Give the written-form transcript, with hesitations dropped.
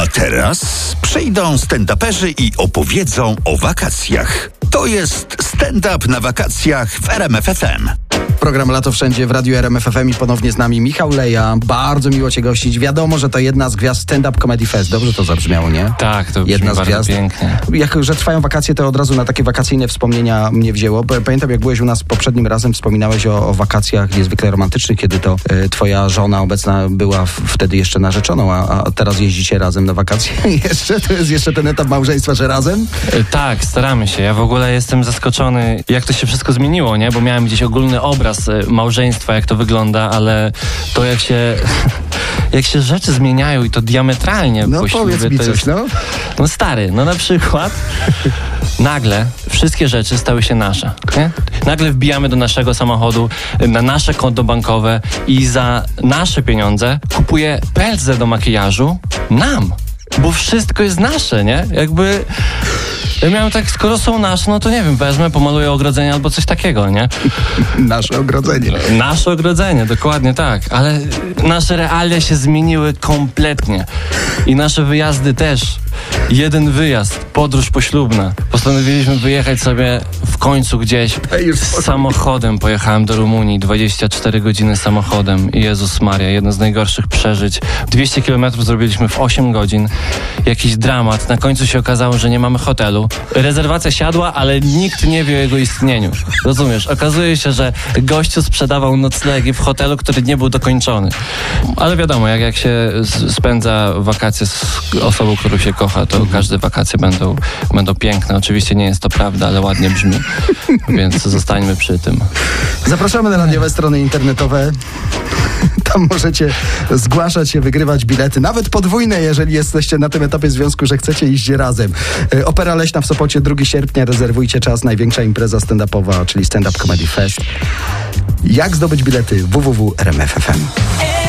teraz przyjdą stand-uperzy i opowiedzą o wakacjach. To jest stand-up na wakacjach w RMF FM. Program Lato Wszędzie w Radiu RMF FM i ponownie z nami Michał Leja. Bardzo miło Cię gościć. Wiadomo, że to jedna z gwiazd Stand-Up Comedy Fest. Dobrze to zabrzmiało, nie? Tak, to brzmi jedna z bardzo gwiazd. pięknie. Jak że trwają wakacje, to od razu na takie wakacyjne wspomnienia mnie wzięło. Pamiętam, jak byłeś u nas poprzednim razem, wspominałeś o wakacjach niezwykle romantycznych, kiedy to twoja żona obecna była wtedy jeszcze narzeczoną, a teraz jeździcie razem na wakacje. To jest jeszcze ten etap małżeństwa, że razem? Tak, staramy się. Ja w ogóle jestem zaskoczony, jak to się wszystko zmieniło, nie? Bo miałem gdzieś ogólny obraz małżeństwa, jak to wygląda, ale to jak się rzeczy zmieniają i to diametralnie. No powiedz mi coś, no. No stary, no na przykład nagle wszystkie rzeczy stały się nasze, nie? Nagle wbijamy do naszego samochodu, na nasze konto bankowe i za nasze pieniądze kupuję pelce do makijażu nam, bo wszystko jest nasze, nie? Jakby ja miałem tak, skoro są nasze, no to nie wiem, wezmę, pomaluję ogrodzenie albo coś takiego, nie? Nasze ogrodzenie. Nasze ogrodzenie, dokładnie tak. Ale nasze realia się zmieniły kompletnie. I nasze wyjazdy też. Jeden wyjazd, podróż poślubna. Postanowiliśmy wyjechać sobie w końcu gdzieś samochodem. Pojechałem do Rumunii, 24 godziny samochodem. Jezus Maria, jedno z najgorszych przeżyć. 200 kilometrów zrobiliśmy w 8 godzin. Jakiś dramat. Na końcu się okazało, że nie mamy hotelu. Rezerwacja siadła, ale nikt nie wie o jego istnieniu. Rozumiesz? Okazuje się, że gościu sprzedawał noclegi w hotelu, który nie był dokończony. Ale wiadomo, jak się spędza wakacje z osobą, którą się kocha, to każde wakacje będą piękne. Oczywiście nie jest to prawda, ale ładnie brzmi. Więc zostańmy przy tym. Zapraszamy na radiowe strony internetowe. Tam możecie zgłaszać się, wygrywać bilety, nawet podwójne, jeżeli jesteście na tym etapie związku, że chcecie iść razem. Opera Leśna w Sopocie, 2 sierpnia, rezerwujcie czas, największa impreza stand-upowa, czyli Stand Up Comedy Fest. Jak zdobyć bilety? www.rmf.fm.